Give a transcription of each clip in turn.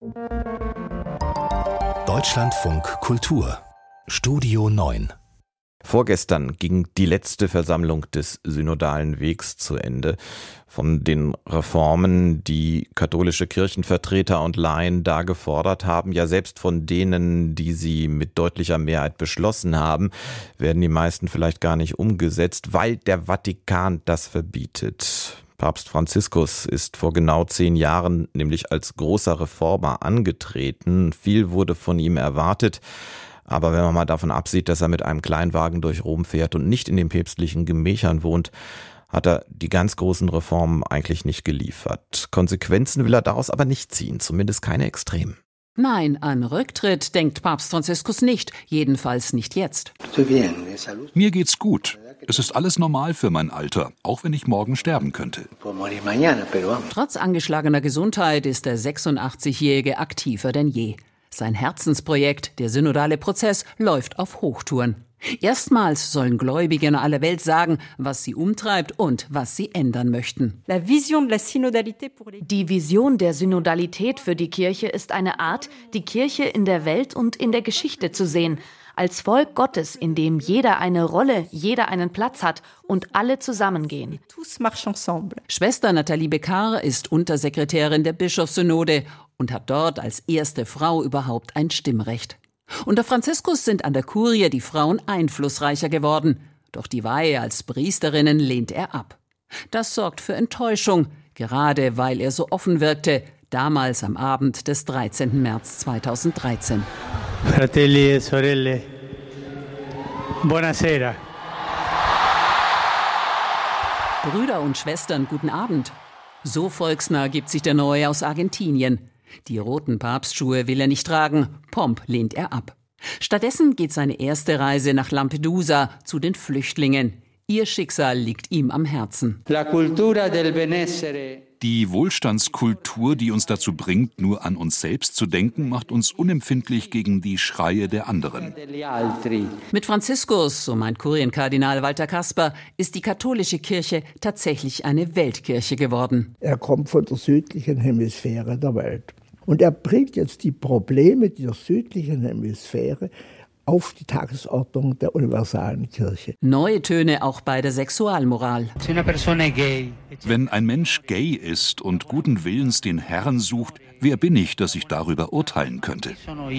Deutschlandfunk Kultur Studio 9. Vorgestern ging die letzte Versammlung des Synodalen Wegs zu Ende. Von den Reformen, die katholische Kirchenvertreter und Laien da gefordert haben, ja selbst von denen, die sie mit deutlicher Mehrheit beschlossen haben, werden die meisten vielleicht gar nicht umgesetzt, weil der Vatikan das verbietet. Papst Franziskus ist vor genau 10 Jahren nämlich als großer Reformer angetreten. Viel wurde von ihm erwartet. Aber wenn man mal davon absieht, dass er mit einem Kleinwagen durch Rom fährt und nicht in den päpstlichen Gemächern wohnt, hat er die ganz großen Reformen eigentlich nicht geliefert. Konsequenzen will er daraus aber nicht ziehen, zumindest keine extremen. Nein, an Rücktritt denkt Papst Franziskus nicht, jedenfalls nicht jetzt. Mir geht's gut. Es ist alles normal für mein Alter, auch wenn ich morgen sterben könnte. Trotz angeschlagener Gesundheit ist der 86-Jährige aktiver denn je. Sein Herzensprojekt, der synodale Prozess, läuft auf Hochtouren. Erstmals sollen Gläubige in aller Welt sagen, was sie umtreibt und was sie ändern möchten. Die Vision der Synodalität für die Kirche ist eine Art, die Kirche in der Welt und in der Geschichte zu sehen, als Volk Gottes, in dem jeder eine Rolle, jeder einen Platz hat und alle zusammengehen. Schwester Nathalie Beccard ist Untersekretärin der Bischofssynode und hat dort als erste Frau überhaupt ein Stimmrecht. Unter Franziskus sind an der Kurie die Frauen einflussreicher geworden. Doch die Weihe als Priesterinnen lehnt er ab. Das sorgt für Enttäuschung, gerade weil er so offen wirkte, damals am Abend des 13. März 2013. Fratelli e sorelle, buonasera. Brüder und Schwestern, guten Abend. So volksnah gibt sich der Neue aus Argentinien. Die roten Papstschuhe will er nicht tragen, Pomp lehnt er ab. Stattdessen geht seine erste Reise nach Lampedusa zu den Flüchtlingen. Ihr Schicksal liegt ihm am Herzen. Die Wohlstandskultur, die uns dazu bringt, nur an uns selbst zu denken, macht uns unempfindlich gegen die Schreie der anderen. Mit Franziskus, so meint Kurienkardinal Walter Kasper, ist die katholische Kirche tatsächlich eine Weltkirche geworden. Er kommt von der südlichen Hemisphäre der Welt. Und er bringt jetzt die Probleme der südlichen Hemisphäre auf die Tagesordnung der universalen Kirche. Neue Töne auch bei der Sexualmoral. Wenn ein Mensch gay ist und guten Willens den Herrn sucht, wer bin ich, dass ich darüber urteilen könnte?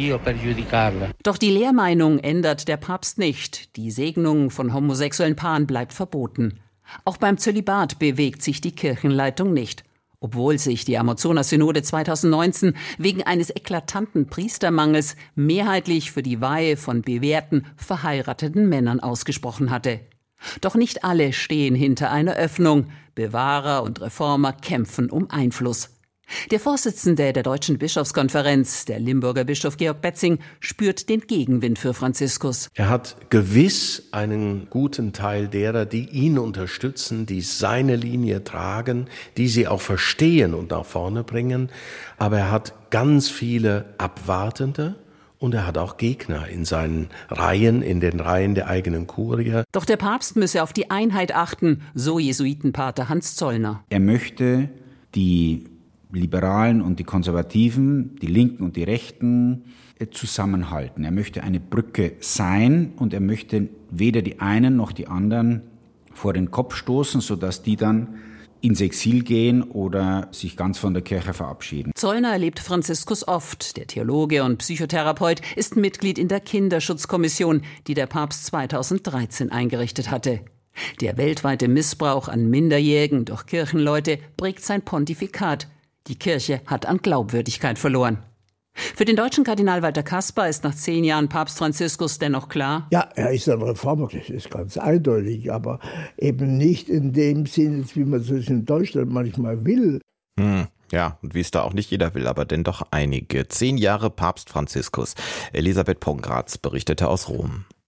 Doch die Lehrmeinung ändert der Papst nicht. Die Segnung von homosexuellen Paaren bleibt verboten. Auch beim Zölibat bewegt sich die Kirchenleitung nicht. Obwohl sich die Amazonas-Synode 2019 wegen eines eklatanten Priestermangels mehrheitlich für die Weihe von bewährten, verheirateten Männern ausgesprochen hatte. Doch nicht alle stehen hinter einer Öffnung. Bewahrer und Reformer kämpfen um Einfluss. Der Vorsitzende der Deutschen Bischofskonferenz, der Limburger Bischof Georg Betzing, spürt den Gegenwind für Franziskus. Er hat gewiss einen guten Teil derer, die ihn unterstützen, die seine Linie tragen, die sie auch verstehen und nach vorne bringen. Aber er hat ganz viele Abwartende. Und er hat auch Gegner in seinen Reihen, in den Reihen der eigenen Kurie. Doch der Papst müsse auf die Einheit achten, so Jesuitenpater Hans Zollner. Er möchte die Liberalen und die Konservativen, die Linken und die Rechten zusammenhalten. Er möchte eine Brücke sein und er möchte weder die einen noch die anderen vor den Kopf stoßen, sodass die dann ins Exil gehen oder sich ganz von der Kirche verabschieden. Zollner erlebt Franziskus oft. Der Theologe und Psychotherapeut ist Mitglied in der Kinderschutzkommission, die der Papst 2013 eingerichtet hatte. Der weltweite Missbrauch an Minderjährigen durch Kirchenleute prägt sein Pontifikat. Die Kirche hat an Glaubwürdigkeit verloren. Für den deutschen Kardinal Walter Kasper ist nach 10 Jahren Papst Franziskus dennoch klar: Ja, er ist ein Reformer, das ist ganz eindeutig, aber eben nicht in dem Sinne, wie man es in Deutschland manchmal will. Ja, und wie es da auch nicht jeder will, aber denn doch einige. 10 Jahre Papst Franziskus. Elisabeth Pongratz berichtete aus Rom.